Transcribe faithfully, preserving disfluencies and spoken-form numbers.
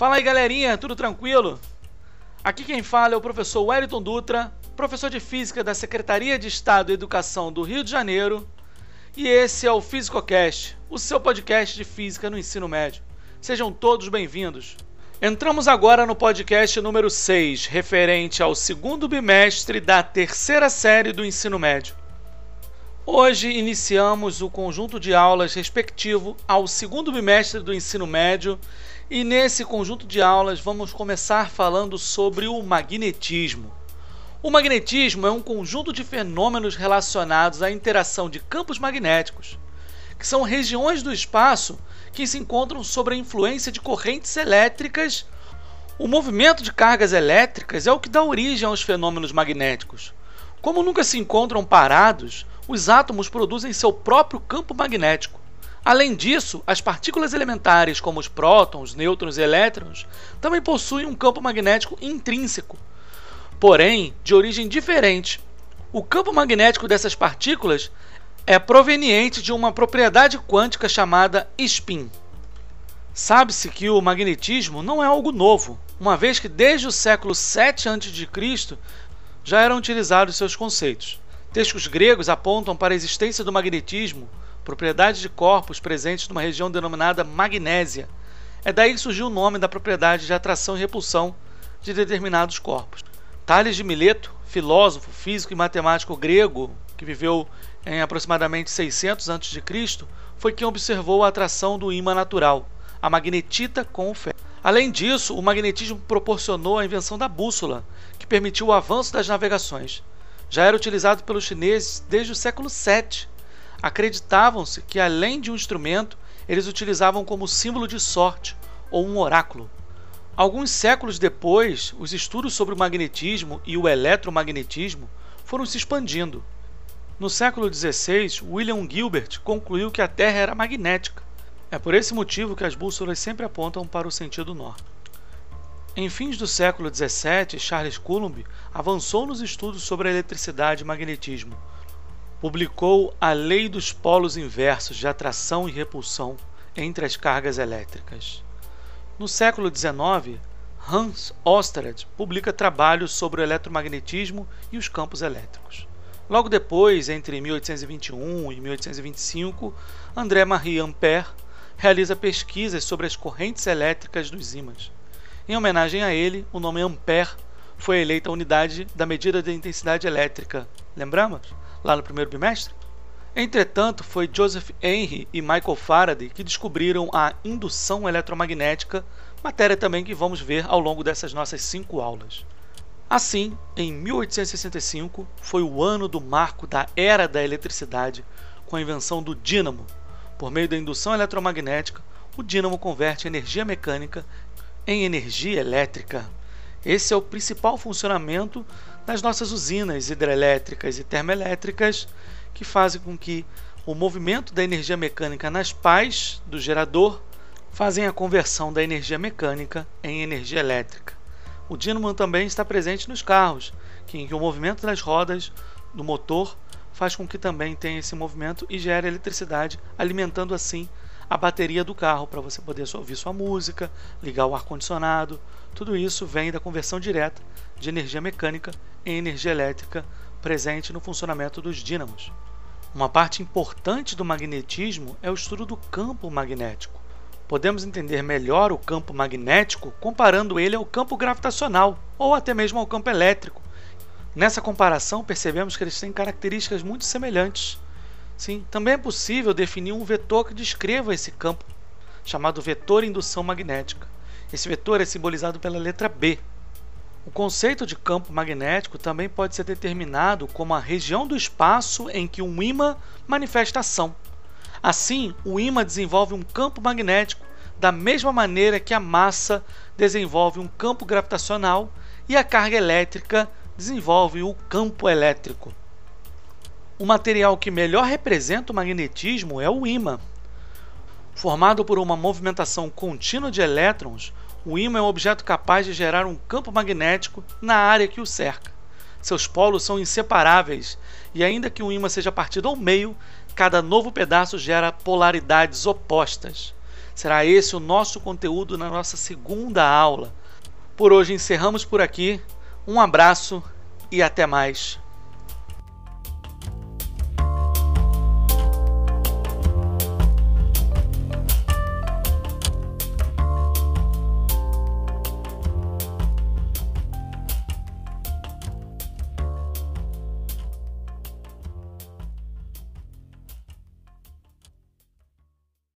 Fala aí, galerinha, tudo tranquilo? Aqui quem fala é o professor Wellington Dutra, professor de Física da Secretaria de Estado de Educação do Rio de Janeiro, e esse é o FísicoCast, o seu podcast de Física no ensino médio. Sejam todos bem-vindos. Entramos agora no podcast número seis, referente ao segundo bimestre da terceira série do ensino médio. Hoje iniciamos o conjunto de aulas respectivo ao segundo bimestre do ensino médio e nesse conjunto de aulas vamos começar falando sobre o magnetismo. O magnetismo é um conjunto de fenômenos relacionados à interação de campos magnéticos, que são regiões do espaço que se encontram sob a influência de correntes elétricas. O movimento de cargas elétricas é o que dá origem aos fenômenos magnéticos. Como nunca se encontram parados, os átomos produzem seu próprio campo magnético. Além disso, as partículas elementares, como os prótons, nêutrons e elétrons, também possuem um campo magnético intrínseco, porém de origem diferente. O campo magnético dessas partículas é proveniente de uma propriedade quântica chamada spin. Sabe-se que o magnetismo não é algo novo, uma vez que desde o século sete antes de Cristo já eram utilizados seus conceitos. Textos gregos apontam para a existência do magnetismo, propriedade de corpos presentes numa região denominada magnésia. É daí que surgiu o nome da propriedade de atração e repulsão de determinados corpos. Tales de Mileto, filósofo, físico e matemático grego, que viveu em aproximadamente seiscentos antes de Cristo, foi quem observou a atração do ímã natural, a magnetita com o ferro. Além disso, o magnetismo proporcionou a invenção da bússola, que permitiu o avanço das navegações. Já era utilizado pelos chineses desde o século sete. Acreditavam-se que, além de um instrumento, eles utilizavam como símbolo de sorte ou um oráculo. Alguns séculos depois, os estudos sobre o magnetismo e o eletromagnetismo foram se expandindo. No século dezesseis, William Gilbert concluiu que a Terra era magnética. É por esse motivo que as bússolas sempre apontam para o sentido norte. Em fins do século dezessete, Charles Coulomb avançou nos estudos sobre a eletricidade e magnetismo. Publicou a Lei dos Polos Inversos de Atração e Repulsão entre as cargas elétricas. No século dezenove, Hans Oersted publica trabalhos sobre o eletromagnetismo e os campos elétricos. Logo depois, entre mil oitocentos e vinte e um e mil oitocentos e vinte e cinco, André-Marie Ampère realiza pesquisas sobre as correntes elétricas dos ímãs. Em homenagem a ele, o nome Ampère foi eleita a unidade da medida de intensidade elétrica. Lembramos? Lá no primeiro bimestre? Entretanto, foi Joseph Henry e Michael Faraday que descobriram a indução eletromagnética, matéria também que vamos ver ao longo dessas nossas cinco aulas. Assim, em mil oitocentos e sessenta e cinco, foi o ano do marco da era da eletricidade, com a invenção do dínamo. Por meio da indução eletromagnética, o dínamo converte energia mecânica em energia elétrica. Esse é o principal funcionamento das nossas usinas hidrelétricas e termoelétricas, que fazem com que o movimento da energia mecânica nas pás do gerador fazem a conversão da energia mecânica em energia elétrica. O dínamo também está presente nos carros, em que o movimento das rodas do motor faz com que também tenha esse movimento e gere eletricidade, alimentando assim a bateria do carro para você poder ouvir sua música, ligar o ar-condicionado. Tudo isso vem da conversão direta de energia mecânica em energia elétrica presente no funcionamento dos dínamos. Uma parte importante do magnetismo é o estudo do campo magnético. Podemos entender melhor o campo magnético comparando ele ao campo gravitacional ou até mesmo ao campo elétrico. Nessa comparação, percebemos que eles têm características muito semelhantes. Sim, também é possível definir um vetor que descreva esse campo, chamado vetor indução magnética. Esse vetor é simbolizado pela letra B. O conceito de campo magnético também pode ser determinado como a região do espaço em que um ímã manifesta ação. Assim, o ímã desenvolve um campo magnético da mesma maneira que a massa desenvolve um campo gravitacional e a carga elétrica desenvolve o campo elétrico. O material que melhor representa o magnetismo é o ímã. Formado por uma movimentação contínua de elétrons, o ímã é um objeto capaz de gerar um campo magnético na área que o cerca. Seus polos são inseparáveis e, ainda que o ímã seja partido ao meio, cada novo pedaço gera polaridades opostas. Será esse o nosso conteúdo na nossa segunda aula. Por hoje encerramos por aqui. Um abraço e até mais.